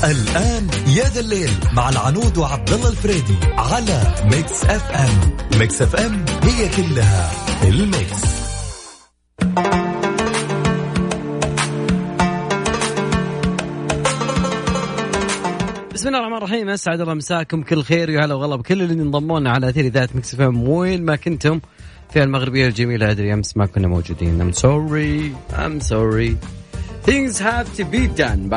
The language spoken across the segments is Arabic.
الآن يا ذا الليل مع العنود وعبد الله الفريدي على ميكس اف ام. ميكس اف ام هي كلها الميكس. بسم الله الرحمن الرحيم. اسعد الله مساكم كل خير وهلا وغلا بكل اللي انضمونا على اثير ذات ميكس اف ام وين ما كنتم في المغربيه الجميله. ادري امس ما كنا موجودين. I'm sorry things have to be done.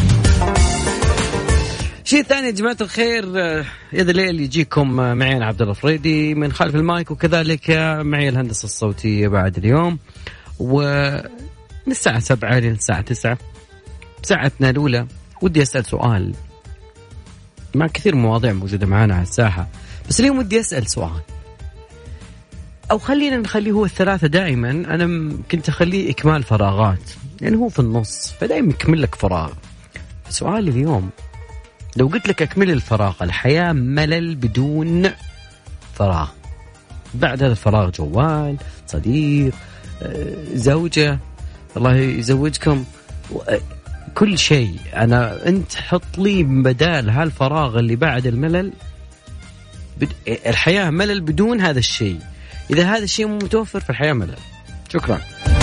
شيء ثاني يا جماعه الخير، يا ذا الليل يجيكم معي انا عبد الله الفريدي من خلف المايك، وكذلك معي الهندسه الصوتيه بعد اليوم، ومن الساعه 7 للساعه 9 بساعتنا الاولى. ودي اسال سؤال مع كثير مواضيع موجودة معانا على الساحة، بس اليوم ودي أسأل سؤال، أو خلينا نخليه هو الثلاثة دائما. أنا كنت أخليه إكمال فراغات، يعني هو في النص فدائما يكمل لك فراغ. سؤالي اليوم، لو قلت لك أكمل الفراغ، الحياة ملل بدون فراغ، بعد هذا الفراغ جوال، صديق، زوجة، الله يزوجكم، كل شيء. أنت حط لي بدال هالفراغ اللي بعد الملل. الحياة ملل بدون هذا الشيء. إذا هذا الشيء مو متوفر في الحياة ملل. شكرا.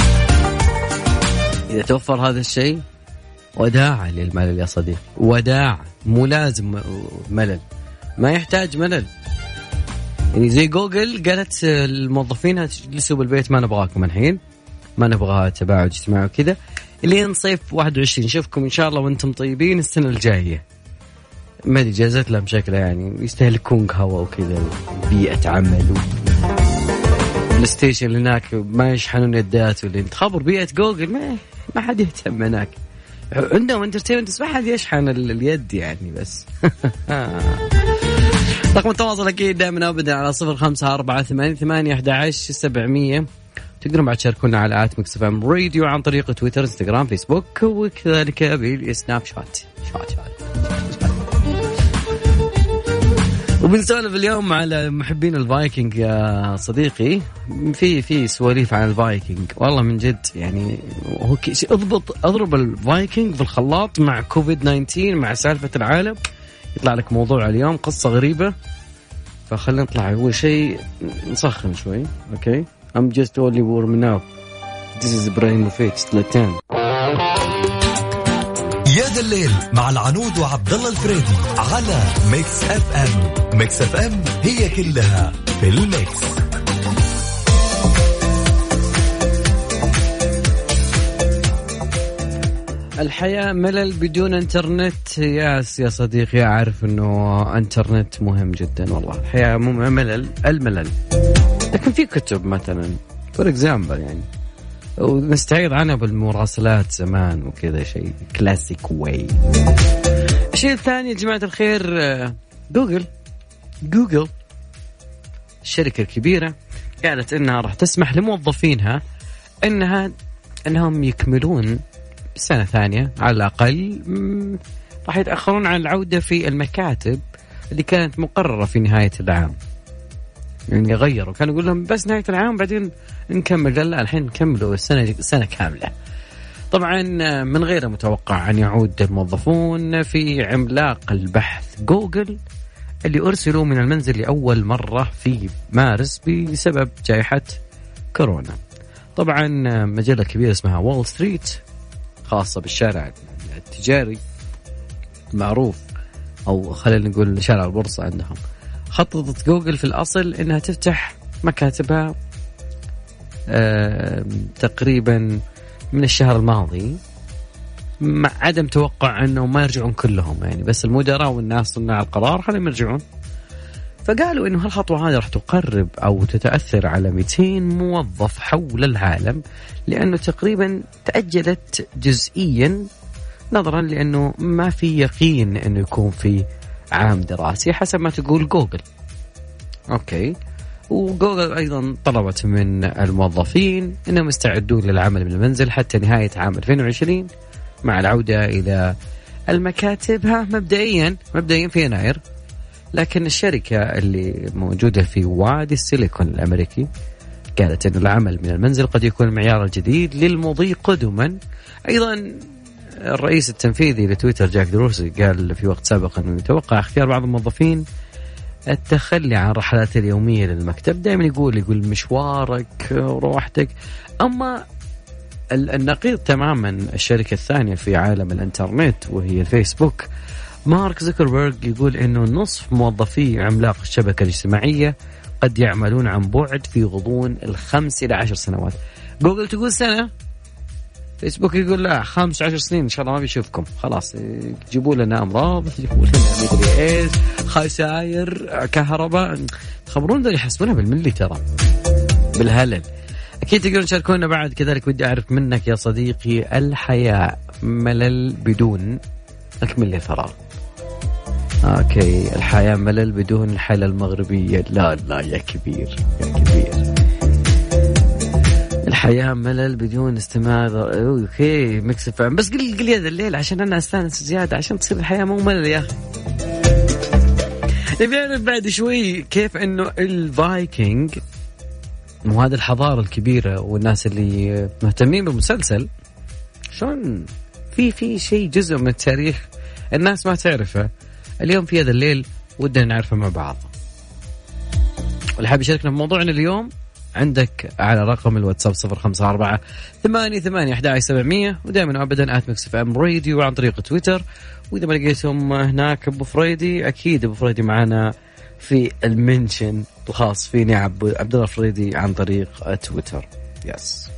إذا توفر هذا الشيء، وداعا للملل يا صديق، وداعا. مو لازم ملل، ما يحتاج ملل. يعني زي جوجل قالت الموظفين اجلسوا بالبيت، ما نبغاكم الحين، ما نبغى تباعد اجتماعي وكذا، لين صيف 21 نشوفكم إن شاء الله وانتم طيبين السنة الجاية. ما دي جازت لهم شكله، يعني يستهلكون قهوة وكذا، بيئة عمل الستيشن اللي هناك ما يشحنون يدات، واللي تخبر بيئة جوجل ما حد يهتم هناك، عندهم انترتينمنت بس ما حد يشحن اليد يعني. بس رقم التواصل أكيد دائما أبدا على 0548811700. تقدرون بعد تشاركونا على آت ميكس اف ام راديو عن طريق تويتر، انستغرام، فيسبوك، وكذلك بالسناب شات. وبنسولف اليوم على محبين الفايكنج يا صديقي. في سواليف عن الفايكنج والله من جد، يعني اضرب الفايكنج في الخلاط مع كوفيد 19 مع سالفة العالم، يطلع لك موضوع اليوم قصة غريبة. فخلينا نطلع أول شيء نسخن شوي. اوكي، I'm just only warming up. This is Ibrahimovic Zlatan. يا ذا الليل مع العنود وعبد الله الفريدي على ميكس اف ام. ميكس اف ام هي كلها في الميكس. الحياة ملل بدون انترنت. يا صديقي، أعرف أنه انترنت مهم جدا والله. الحياة ملل، الملل. لكن في كتب مثلا for example يعني، ونستعيض عنها بالمراسلات زمان وكذا، شيء كلاسيك واي. الشيء الثاني يا جماعة الخير، جوجل الشركة الكبيرة قالت إنها راح تسمح لموظفينها إنهم يكملون سنة ثانية على الأقل. راح يتأخرون عن العودة في المكاتب اللي كانت مقررة في نهاية العام. يعني غيروا، كانوا يقول لهم بس نهاية العام بعدين نكمل، لا الحين نكملوا السنة كاملة. طبعا من غير متوقع أن يعود الموظفون في عملاق البحث جوجل اللي أرسلوا من المنزل لأول مرة في مارس بسبب جائحة كورونا. طبعا مجلة كبيرة اسمها وول ستريت، خاصة بالشارع التجاري معروف، أو خلينا نقول شارع البورصة عندهم، خططت جوجل في الأصل إنها تفتح مكاتبها تقريبا من الشهر الماضي، مع عدم توقع أنه ما يرجعون كلهم، يعني بس المدراء والناس صناع القرار خليهم يرجعون. فقالوا إنه هالخطوة هذه راح تقرب أو تتأثر على 200 موظف حول العالم، لأنه تقريبا تأجلت جزئيا نظرا لأنه ما في يقين أنه يكون في عام دراسي حسب ما تقول جوجل. أوكي، وجوجل أيضا طلبت من الموظفين أنهم يستعدون للعمل من المنزل حتى نهاية عام 2020 مع العودة إلى المكاتب مبدئيا في يناير. لكن الشركة اللي موجودة في وادي السيليكون الأمريكي قالت أن العمل من المنزل قد يكون المعيار الجديد للمضي قدما. أيضا الرئيس التنفيذي لتويتر جاك دوrsey قال في وقت سابق أنه يتوقع اختيار بعض الموظفين التخلي عن رحلات اليومية للمكتب. دائما يقول مشوارك وروحتك. أما النقيض تماما الشركة الثانية في عالم الانترنت وهي الفيسبوك، مارك زوكربيرغ يقول إنه نصف موظفي عملاق الشبكة الاجتماعية قد يعملون عن بعد في غضون 5 إلى 10 سنوات. جوجل تقول سنة، فيسبوك يقول لا 15 سنين إن شاء الله ما بيشوفكم، خلاص جيبوا لنا أمراض، جيبوا لنا مدري إيش، خسائر، كهرباء. تخبرون ذول يحسبونها بالملي ترى، بالهلل. أكيد تقدرون تشاركونا بعد. كذلك ودي أعرف منك يا صديقي، الحياة ملل بدون أكمل لي فراغ؟ أوكي، الحياة ملل بدون الحالة المغربية؟ لا يا كبير يا كبير. الحياة ملل بدون استماع. أوكي ميكس اف ام. بس قل هذا الليل عشان أنا أستانس زيادة، عشان تصير الحياة مو ملل يا أخي. نبي نعرف بعد شوي كيف إنه الفايكنج وهذه الحضارة الكبيرة والناس اللي مهتمين بالمسلسل شلون في شيء جزء من التاريخ الناس ما تعرفه اليوم في هذا الليل ودنا نعرفه مع بعض. واللي حاب يشاركنا في موضوعنا اليوم عندك على رقم الواتساب 0548811700 ودائما ابدا @mixfmradio وعن طريق تويتر. واذا ما لقيتهم هناك ابو فريدي، اكيد ابو فريدي معنا في المنشن الخاص فيني عبد الله فريدي عن طريق تويتر. يس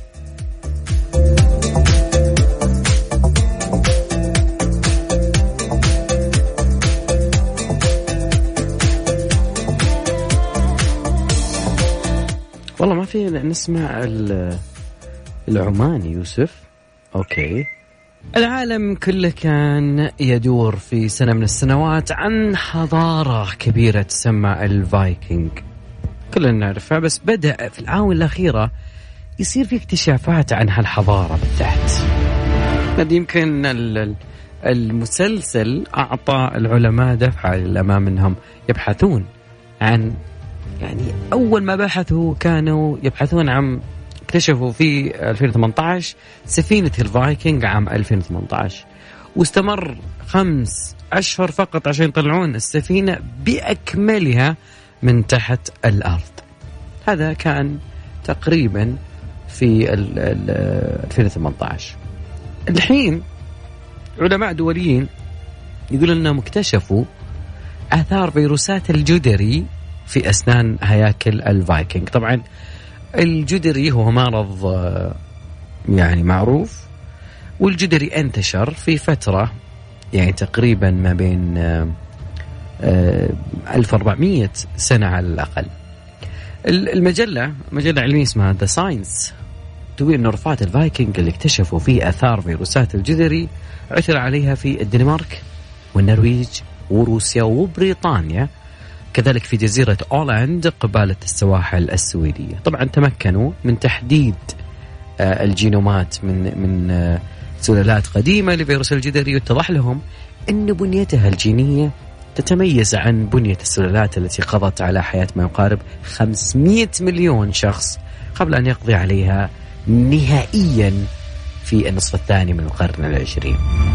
والله ما في نسمع العماني يوسف. أوكي، العالم كله كان يدور في سنة من السنوات عن حضارة كبيرة تسمى الفايكنج، كلنا نعرفها. بس بدأ في الآونة الأخيرة يصير في اكتشافات عن هالحضارة بالتحت. يمكن المسلسل أعطى العلماء دفعة للأمام أنهم يبحثون عن، يعني أول ما بحثوا كانوا يبحثون عن، اكتشفوا في 2018 سفينة الفايكنج عام 2018، واستمر 5 أشهر فقط عشان يطلعون السفينة بأكملها من تحت الأرض. هذا كان تقريبا في 2018. الحين علماء دوليين يقولون أنهم اكتشفوا آثار فيروسات الجدري في أسنان هياكل الفايكنج. طبعا الجدري هو مرض يعني معروف، والجدري انتشر في فترة يعني تقريبا ما بين 1400 سنة على الأقل. مجلة علمية اسمها The Science تقول أن رفاة الفايكنج اللي اكتشفوا فيه آثار فيروسات الجدري عثر عليها في الدنمارك والنرويج وروسيا وبريطانيا، كذلك في جزيرة أولاند قبالة السواحل السويدية. طبعا تمكنوا من تحديد الجينومات من سلالات قديمة لفيروس الجدري، واتضح لهم أن بنيتها الجينية تتميز عن بنية السلالات التي قضت على حياة ما يقارب 500 مليون شخص قبل أن يقضي عليها نهائيا في النصف الثاني من القرن العشرين.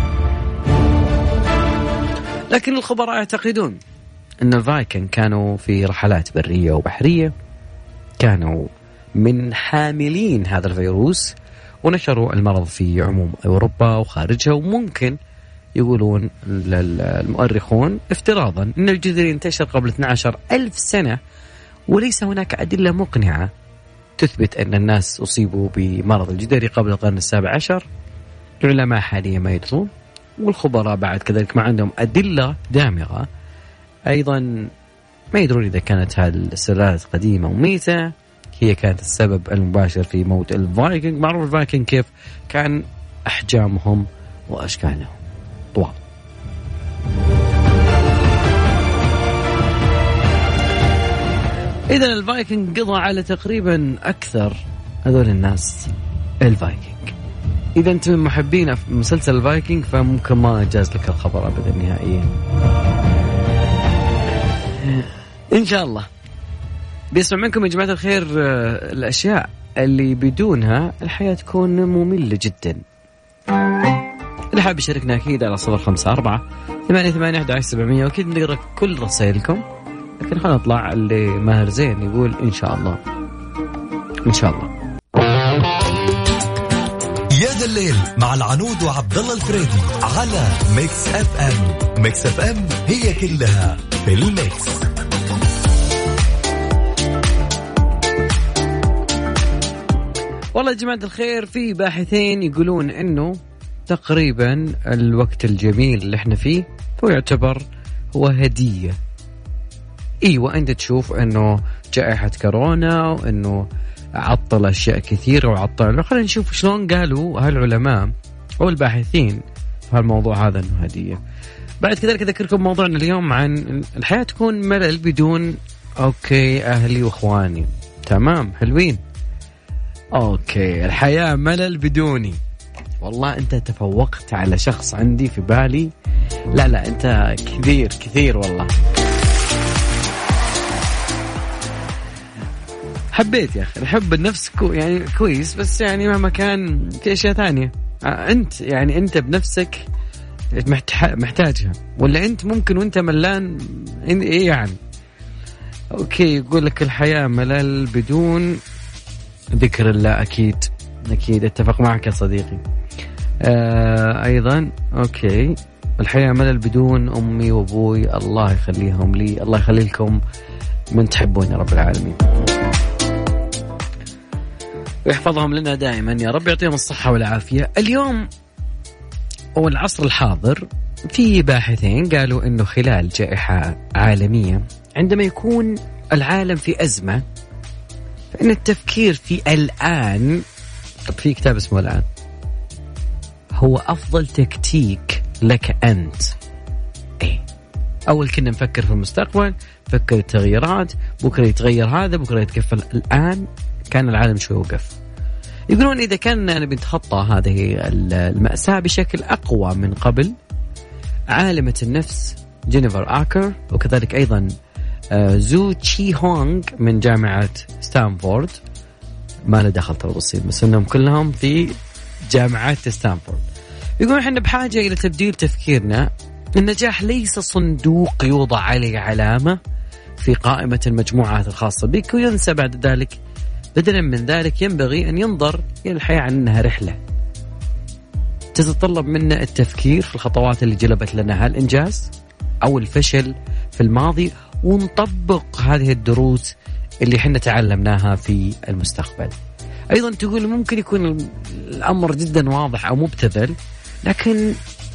لكن الخبراء يعتقدون أن الفايكنج كانوا في رحلات برية وبحرية، كانوا من حاملين هذا الفيروس ونشروا المرض في عموم أوروبا وخارجها. وممكن يقولون المؤرخون افتراضا أن الجدري انتشر قبل 12,000 سنة، وليس هناك أدلة مقنعة تثبت أن الناس أصيبوا بمرض الجدري قبل القرن 17. العلماء حاليا ما يدرون، والخبراء بعد كذلك ما عندهم أدلة دامغة. أيضا ما يدرون إذا كانت هذه السلالات قديمة وميتة هي كانت السبب المباشر في موت الفايكنج. معروف الفايكنج كيف كان أحجامهم وأشكالهم طوال. إذن الفايكنج قضى على تقريبا أكثر هذول الناس الفايكنج. إذا أنت من محبين مسلسل الفايكنج فممكن ما أجاز لك الخبر أبدا نهائيا. إن شاء الله بيسمع منكم يا جماعة الخير الأشياء اللي بدونها الحياة تكون مملة جدا. اللي حاب يشاركنا أكيد على 0548811700 وأكيد نقرأ كل رسائلكم. لكن خلينا نطلع اللي ماهر زين يقول إن شاء الله إن شاء الله. يا ذا الليل مع العنود وعبد الله الفريدي على ميكس اف ام. ميكس اف ام هي كلها في الميكس. والله يا جماعة الخير، في باحثين يقولون إنه تقريبا الوقت الجميل اللي احنا فيه هو يعتبر هو هدية. ايوه انت تشوف انه جائحة كورونا وانه عطل اشياء كثيرة وعطل، خلينا نشوف شلون قالوا هالعلماء او الباحثين في هالموضوع هذا انه هدية. بعد كذلك اذكركم موضوعنا اليوم عن الحياة تكون ملل بدون اوكي اهلي واخواني. تمام حلوين. اوكي الحياة ملل بدوني. والله انت تفوقت على شخص عندي في بالي. لا انت كثير والله. حبيت يا أخي الحب النفس يعني كويس، بس يعني مهما كان في أشياء ثانية أنت بنفسك محتاجها، ولا أنت ممكن وأنت ملان إيه يعني. أوكي يقول لك الحياة ملل بدون ذكر الله. أكيد اتفق معك يا صديقي. أيضا أوكي الحياة ملل بدون أمي وأبوي، الله يخليهم لي، الله يخلي لكم من تحبون يا رب العالمين ويحفظهم لنا دائما يا رب، يعطيهم الصحة والعافية. اليوم والعصر الحاضر في باحثين قالوا إنه خلال جائحة عالمية عندما يكون العالم في أزمة فإن التفكير في الآن، طب في كتاب اسمه الآن، هو أفضل تكتيك لك أنت. أول كنا نفكر في المستقبل، فكر التغييرات، بكرة يتغير هذا، بكرة يتكفل. الآن كان العالم شوي وقف. يقولون إذا كان نبي نتخطى هذه المأساة بشكل أقوى من قبل، عالمة النفس جينيفر آكر وكذلك أيضا زو تشي هونغ من جامعة ستانفورد، ما له دخل تفاصيل بس إنهم كلهم في جامعات ستانفورد، يقولون إحنا بحاجة إلى تبديل تفكيرنا. النجاح ليس صندوق يوضع عليه علامة في قائمة المجموعات الخاصة بك وينسى بعد ذلك. بدلا من ذلك ينبغي أن ينظر إلى الحياة عن أنها رحلة تتطلب منا التفكير في الخطوات اللي جلبت لنا هالإنجاز أو الفشل في الماضي، ونطبق هذه الدروس اللي حنا تعلمناها في المستقبل. أيضا تقول ممكن يكون الأمر جدا واضح أو مبتذل، لكن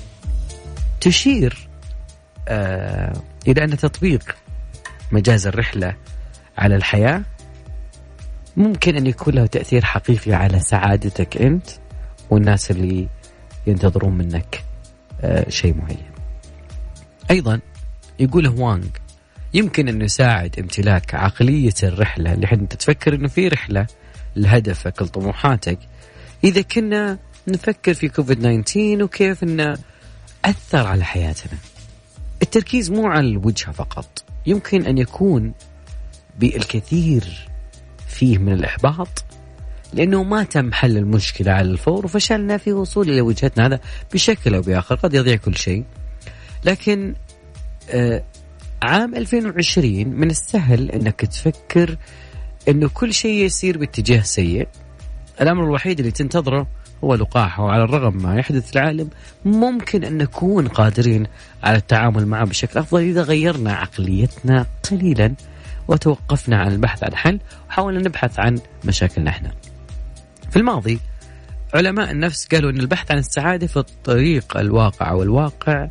تشير إلى أن تطبيق مجاز الرحلة على الحياة ممكن أن يكون له تأثير حقيقي على سعادتك أنت والناس اللي ينتظرون منك شيء معين. أيضا يقول هوانغ يمكن أن يساعد امتلاك عقلية الرحلة اللي حين تتفكر أنه في رحلة لهدفك لطموحاتك. إذا كنا نفكر في كوفيد-19 وكيف أنه أثر على حياتنا، التركيز مو على الوجهة فقط، يمكن أن يكون بالكثير فيه من الإحباط لأنه ما تم حل المشكلة على الفور وفشلنا في وصول إلى وجهتنا. هذا بشكل أو بآخر قد يضيع كل شيء، لكن عام 2020 من السهل أنك تفكر أنه كل شيء يسير باتجاه سيء. الأمر الوحيد اللي تنتظره هو لقاحه، وعلى الرغم ما يحدث في العالم ممكن أن نكون قادرين على التعامل معه بشكل أفضل إذا غيرنا عقليتنا قليلا وتوقفنا عن البحث عن حل وحاولنا نبحث عن مشاكلنا احنا. في الماضي علماء النفس قالوا أن البحث عن السعادة في الطريق الواقع والواقع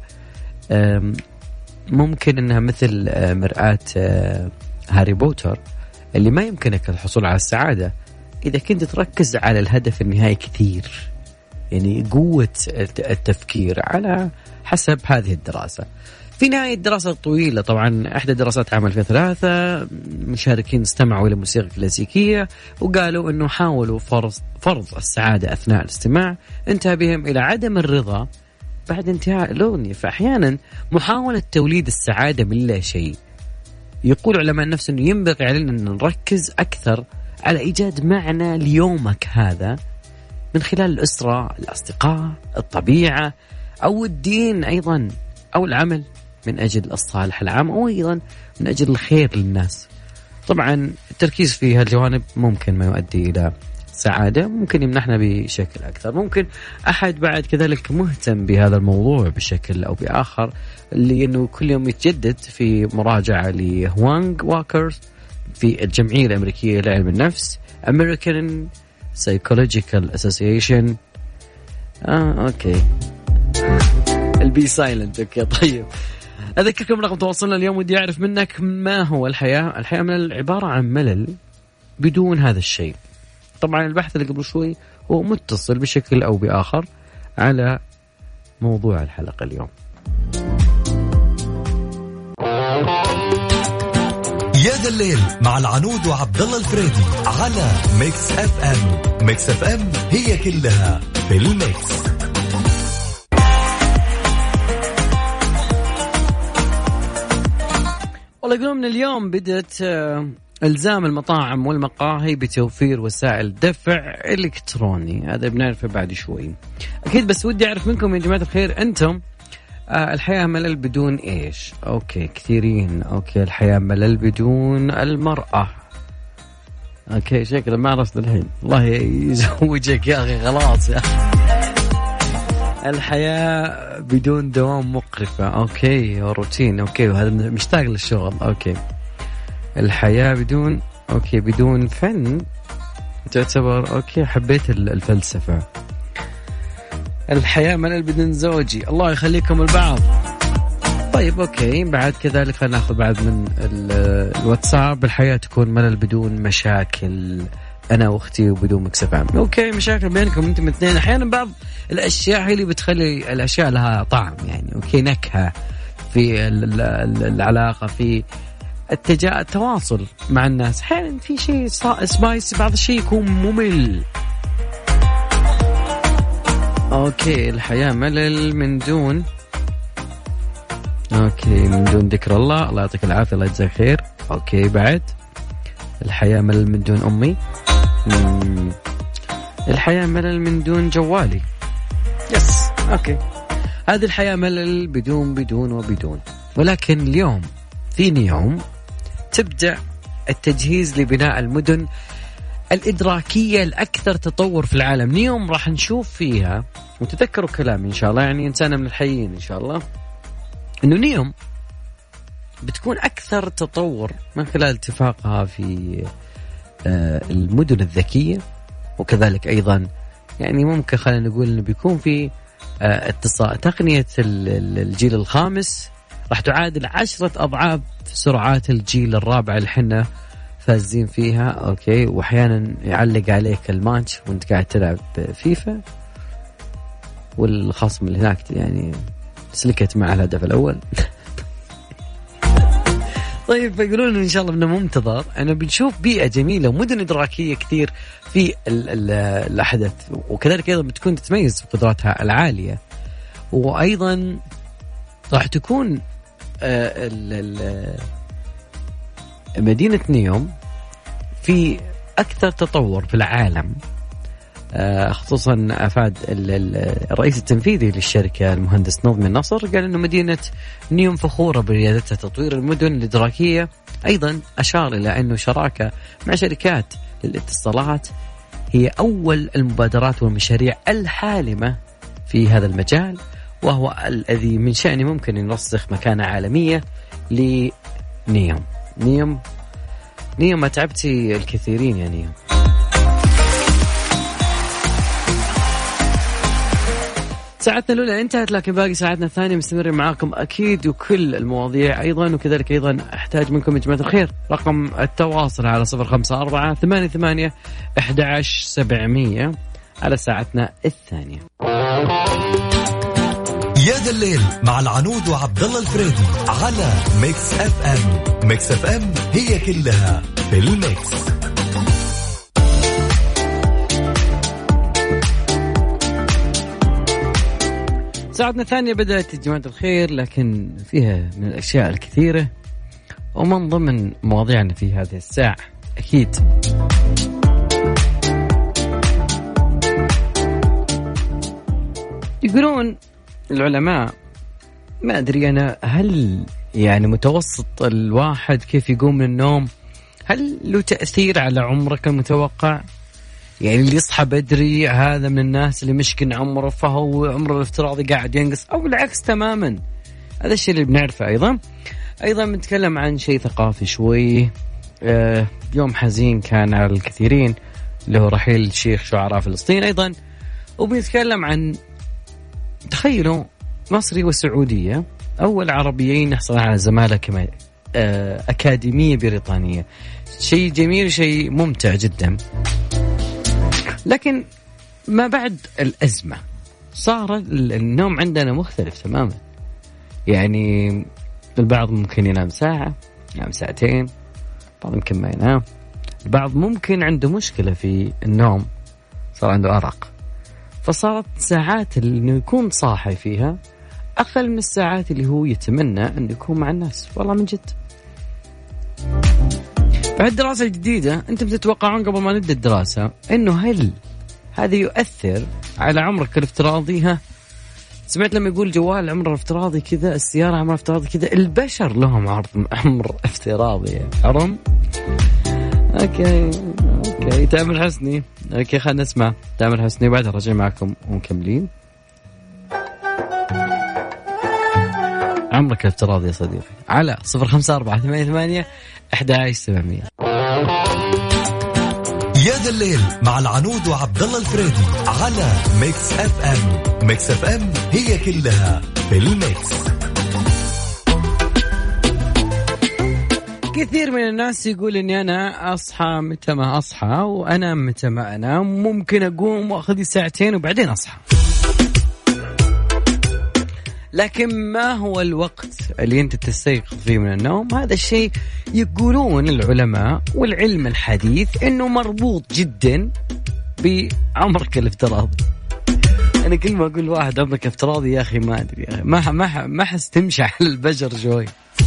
ممكن أنها مثل مرآة هاري بوتر اللي ما يمكنك الحصول على السعادة إذا كنت تركز على الهدف النهائي كثير. يعني قوة التفكير على حسب هذه الدراسة. في نهاية الدراسة الطويلة، طبعا إحدى الدراسات عام 2003 مشاركين استمعوا إلى موسيقى كلاسيكية وقالوا أنه حاولوا فرض السعادة أثناء الاستماع، انتهى بهم إلى عدم الرضا بعد انتهاء الأغنية. فأحيانا محاولة توليد السعادة من لا شيء. يقول علماء النفس أنه ينبغي علينا أن نركز أكثر على إيجاد معنى ليومك هذا من خلال الأسرة، الأصدقاء، الطبيعة، أو الدين أيضا أو العمل من أجل الصالح العام أو أيضا من أجل الخير للناس. طبعا التركيز في هالجوانب ممكن ما يؤدي إلى سعادة، ممكن يمنحنا بشكل أكثر. ممكن أحد بعد كذلك مهتم بهذا الموضوع بشكل أو بآخر، لأنه كل يوم يتجدد في مراجعة لهوانغ واكرز في الجمعية الأمريكية لعلم النفس American Psychological Association. أوكي البي سايلنت. أوكي طيب، أذكركم رقم تواصلنا اليوم، ودي أعرف منك ما هو الحياة. الحياة من عبارة عن ملل بدون هذا الشيء. طبعا البحث اللي قبل شوي هو متصل بشكل أو بآخر على موضوع الحلقة اليوم. يا ذا الليل مع العنود وعبد الله الفريدي على ميكس اف ام. ميكس اف ام هي كلها في الميكس. والله يقولون من اليوم بدأت إلزام المطاعم والمقاهي بتوفير وسائل دفع إلكتروني. هذا بنعرفه بعد شوي أكيد، بس ودي أعرف منكم يا جماعة الخير، أنتم الحياة ملل بدون إيش؟ أوكي كثيرين. أوكي الحياة ملل بدون المرأة. أوكي شكله ما عرفت الحين. الله يزوجك يا أخي خلاص يا الحياة بدون دوام مقرفة. أوكي روتين. أوكي وهذا مشتاق للشغل. أوكي الحياة بدون أوكي بدون فن تعتبر أوكي حبيت الفلسفة. الحياة ملل بدون زوجي. الله يخليكم البعض. طيب أوكي بعد كذلك خلينا نأخذ بعد من الواتساب. الحياة تكون ملل بدون مشاكل أنا وأختي وبدون مكسف عام. أوكي مشاكل بينكم أنتم اثنين. أحيانا بعض الأشياء هي اللي بتخلي الأشياء لها طعم، يعني أوكي نكهة في العلاقة، في التواصل مع الناس. أحيانا في شيء سبايسي، بعض الشيء يكون ممل. أوكي الحياة ملل من دون أوكي من دون ذكر الله. الله يعطيك العافية الله يجزاك خير. أوكي بعد الحياة ملل من دون أمي. الحياة ملل من دون جوالي. يس أوكي هذه الحياة ملل بدون وبدون. ولكن اليوم ثاني يوم تبدأ التجهيز لبناء المدن الإدراكية الأكثر تطور في العالم. نيوم راح نشوف فيها، وتذكروا كلامي إن شاء الله، يعني إنسانة من الحيين إن شاء الله، إنه نيوم بتكون أكثر تطور من خلال اتفاقها في المدن الذكية، وكذلك أيضا يعني ممكن خلينا نقول إنه بيكون في تقنية الجيل الخامس راح تعادل 10 أضعاف سرعات الجيل الرابع اللي حنا فازين فيها. أوكي وأحيانا يعلق عليك الماتش وانت قاعد تلعب فيفا والخصم اللي هناك يعني سلكت مع الهدف الأول. طيب فيقولون إن شاء الله إنه منتظر. أنا بنشوف بيئة جميلة ومدن إدراكية كثير في الأحداث، وكذلك أيضا بتكون تتميز بقدراتها العالية. وأيضا راح تكون مدينة نيوم في أكثر تطور في العالم. خصوصا أفاد الرئيس التنفيذي للشركة المهندس نظمي النصر، قال أنه مدينة نيوم فخورة بريادتها تطوير المدن الإدراكية. أيضا أشار إلى أنه شراكة مع شركات للاتصالات هي أول المبادرات والمشاريع الحالمة في هذا المجال، وهو الذي من شأنه ممكن يرسخ مكانة عالمية لنيوم. نيوم ما تعبتي الكثيرين يا نيوم. ساعتنا الأولى انتهت، لكن باقي ساعتنا الثانية مستمرين معاكم أكيد، وكل المواضيع أيضا. وكذلك أيضا أحتاج منكم يا جماعة الخير رقم التواصل على 0548811700 على ساعتنا الثانية. يا ذا الليل مع العنود وعبد الله الفريدي على ميكس اف ام. ميكس اف ام هي كلها في الميكس. ساعتنا الثانية بدأت يا جماعة الخير، لكن فيها من الأشياء الكثيرة، ومن ضمن مواضيعنا في هذه الساعة أكيد يقولون العلماء ما أدري أنا، هل يعني متوسط الواحد كيف يقوم من النوم هل له تأثير على عمرك المتوقع؟ يعني اللي يصحى بدري هذا من الناس اللي مشكن عمره فهو عمره الافتراضي قاعد ينقص، أو بالعكس تماما؟ هذا الشيء اللي بنعرفه. أيضا بنتكلم عن شيء ثقافي شوي. يوم حزين كان على الكثيرين اللي هو رحيل شيخ شعراء فلسطين أيضا. وبنتكلم عن، تخيلوا، مصري وسعودية أول عربيين يحصلون على زمالة كمان أكاديمية بريطانية. شيء جميل، شيء ممتع جدا. لكن ما بعد الأزمة صار النوم عندنا مختلف تماما. يعني البعض ممكن ينام ساعة، ينام ساعتين، بعض يمكن ما ينام، البعض ممكن عنده مشكلة في النوم، صار عنده أرق، فصارت ساعات اللي يكون صاحي فيها أقل من الساعات اللي هو يتمنى أن يكون مع الناس. والله من جد. بعد الدراسة الجديدة أنتم تتوقعون قبل ما نبدأ الدراسة إنه هل هذا يؤثر على عمرك الافتراضي؟ ها، سمعت لما يقول جوال عمره افتراضي كذا، السيارة عمرها افتراضي كذا، البشر لهم عمر افتراضي. حرام. اوكي تامر حسني. اوكي خلينا نسمع تامر حسني وبعدها رجع معكم ومكملين. عمرك الافتراضي يا صديقي على 0548811700. يا ذا الليل مع العنود وعبد الله الفريدي على ميكس اف ام. ميكس اف ام هي كلها بالميكس. كثير من الناس يقول اني انا اصحى متى ما اصحى وانام متى ما انام، ممكن اقوم واخذ لي ساعتين وبعدين اصحى. لكن ما هو الوقت اللي انت تستيقظ فيه من النوم؟ هذا الشيء يقولون العلماء والعلم الحديث انه مربوط جدا بعمرك الافتراضي. انا كل ما اقول واحد عمرك افتراضي يا اخي ما ادري، يا اخي ما حس تمشي على البشر شوي.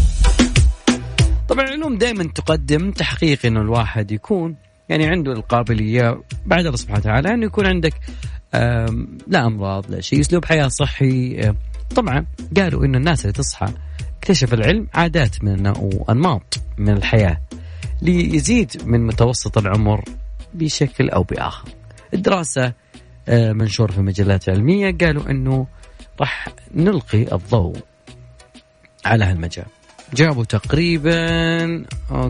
طبعا العلوم دائما تقدم تحقيق انه الواحد يكون يعني عنده القابلية بعد الله سبحانه وتعالى انه يكون عندك لا امراض لا شيء، اسلوب حياة صحي. طبعا قالوا إنه الناس اللي تصحى، اكتشف العلم عادات وأنماط من الحياة ليزيد من متوسط العمر بشكل أو بآخر. الدراسة منشور في مجلات علمية قالوا إنه راح نلقي الضوء على هالمجال. جابوا تقريبا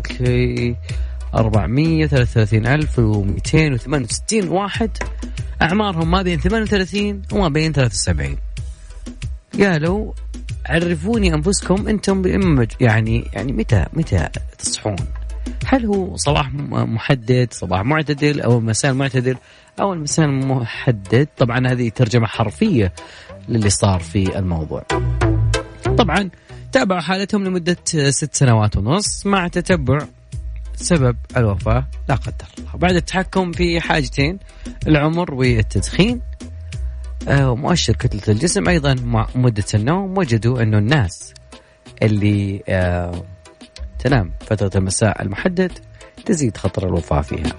433,268 واحد أعمارهم ما بين 38 وما بين 73. قالوا عرفوني أنفسكم أنتم يعني متى تصحون؟ هل هو صباح محدد، صباح معتدل، أو مساء معتدل، أو المساء محدد؟ طبعا هذه ترجمة حرفية للي صار في الموضوع. طبعا تابعوا حالتهم لمدة 6 سنوات ونص مع تتبع سبب الوفاة لا قدر الله، بعد التحكم في حاجتين، العمر والتدخين ومؤشر كتلة الجسم، أيضا مع مدة النوم. وجدوا أنه الناس اللي تنام فترة المساء المحدد تزيد خطر الوفاة فيها.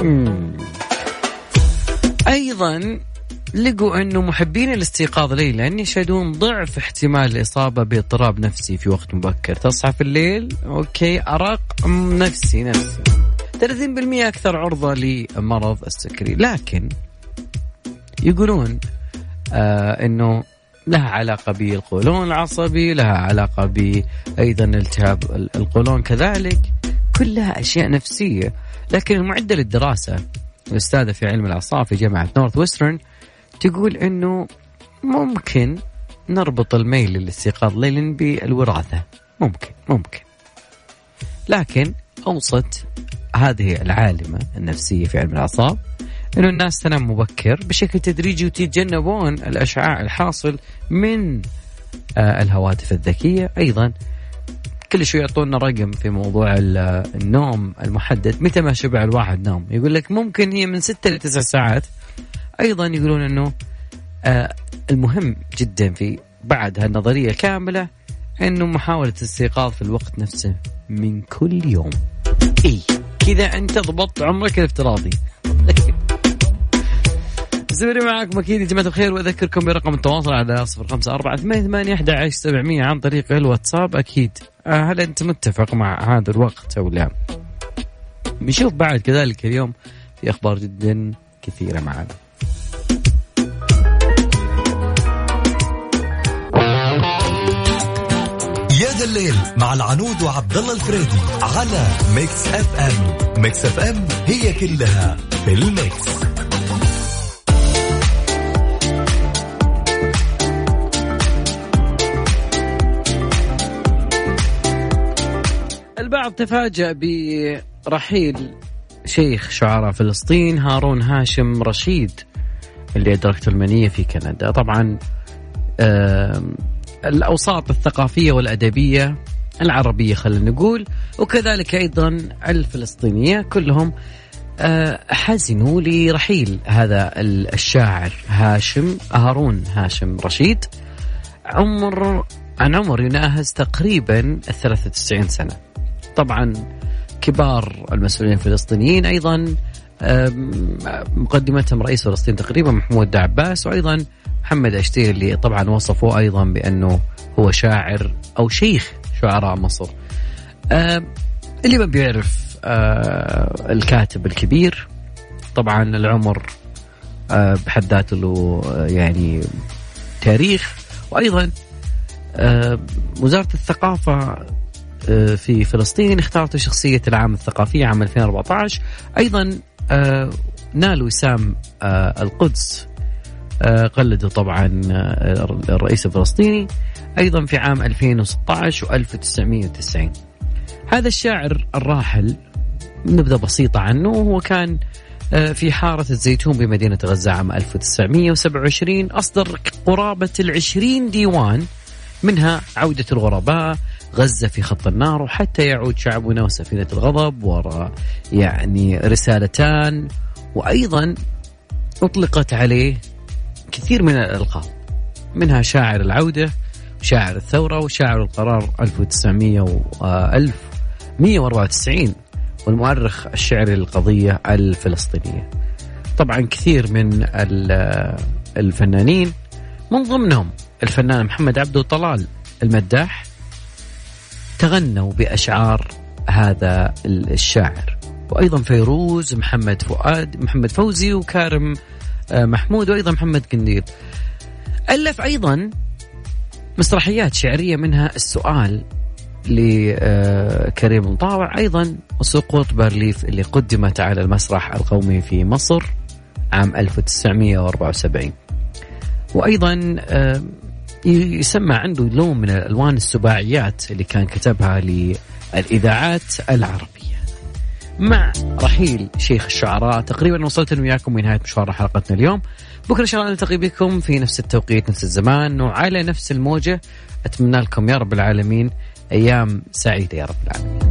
أيضا لقوا أنه محبين الاستيقاظ ليلا يشهدون ضعف احتمال الإصابة باضطراب نفسي في وقت مبكر. تصحى في الليل أرق نفسي 30% أكثر عرضة لمرض السكري. لكن يقولون أنه لها علاقة بالقولون العصبي، لها علاقة بأيضا التهاب القولون كذلك، كلها أشياء نفسية. لكن المعدة للدراسة الأستاذة في علم الأعصاب في جامعة نورث ويسترن تقول أنه ممكن نربط الميل للاستيقاظ ليلا بالوراثة، ممكن. لكن أوصت هذه العالمة النفسية في علم الأعصاب إنه الناس تنام مبكر بشكل تدريجي وتتجنبون الأشعاع الحاصل من الهواتف الذكية. أيضا كل شوي يعطونا رقم في موضوع النوم المحدد، متى ما شبع الواحد نوم، يقول لك ممكن هي من 6 ل 9 ساعات. أيضا يقولون إنه المهم جدا في بعد هالنظرية كاملة إنه محاولة الاستيقاظ في الوقت نفسه من كل يوم. كذا أنت ضبطت عمرك الافتراضي. زوري معكم أكيد يا جماعة الخير، وأذكركم برقم التواصل على 0548811700 عن طريق الواتساب. أكيد هل أنت متفق مع هذا الوقت أو لا؟ بنشوف بعد كذلك اليوم في أخبار جدا كثيرة معنا. يا ذا الليل مع العنود وعبد الله الفريدي على ميكس اف ام. ميكس اف ام هي كلها في الميكس. البعض تفاجأ برحيل شيخ شعراء فلسطين هارون هاشم رشيد اللي أدركته المنية في كندا. طبعا الأوساط الثقافية والأدبية العربية خلينا نقول، وكذلك أيضا الفلسطينية كلهم حزنوا لرحيل هذا الشاعر هارون هاشم رشيد، عمر يناهز تقريبا 93 سنة. طبعا كبار المسؤولين الفلسطينيين أيضا مقدمتهم رئيس فلسطين تقريبا محمود عباس، وأيضا محمد عشتير اللي طبعا وصفوه أيضا بأنه هو شاعر أو شيخ شعراء مصر. اللي ما بيعرف الكاتب الكبير، طبعا العمر بحد ذاته له يعني تاريخ. وأيضا وزارة الثقافة في فلسطين اختارت شخصية العام الثقافية عام 2014. أيضا نال وسام القدس قلده طبعا الرئيس الفلسطيني أيضا في عام 2016 و1990. هذا الشاعر الراحل نبذة بسيطة عنه. هو كان في حارة الزيتون بمدينة غزة عام 1927. أصدر قرابة 20 ديوان، منها عودة الغرباء، غزة في خط النار، وحتى يعود شعبنا، وسفينة الغضب، وراء يعني رسالتان. وأيضا أطلقت عليه كثير من الألقاب، منها شاعر العودة، شاعر الثورة، وشاعر القرار 1194، والمؤرخ الشعري للقضية الفلسطينية. طبعا كثير من الفنانين من ضمنهم الفنان محمد عبده طلال المداح تغنوا بأشعار هذا الشاعر، وأيضا فيروز، محمد فوزي، وكارم محمود، وأيضا محمد قنديل. ألف أيضا مسرحيات شعرية، منها السؤال لكريم مطاوع، أيضا سقوط بارليف اللي قدمت على المسرح القومي في مصر عام 1974. وأيضا يسمى عنده لون من الألوان السباعيات اللي كان كتبها للإذاعات العربية. مع رحيل شيخ الشعراء تقريبا وصلت وياكم لنهاية مشوار حلقتنا اليوم. بكرة إن شاء الله نلتقي بكم في نفس التوقيت نفس الزمان وعلى نفس الموجة. أتمنى لكم يا رب العالمين أيام سعيدة يا رب العالمين.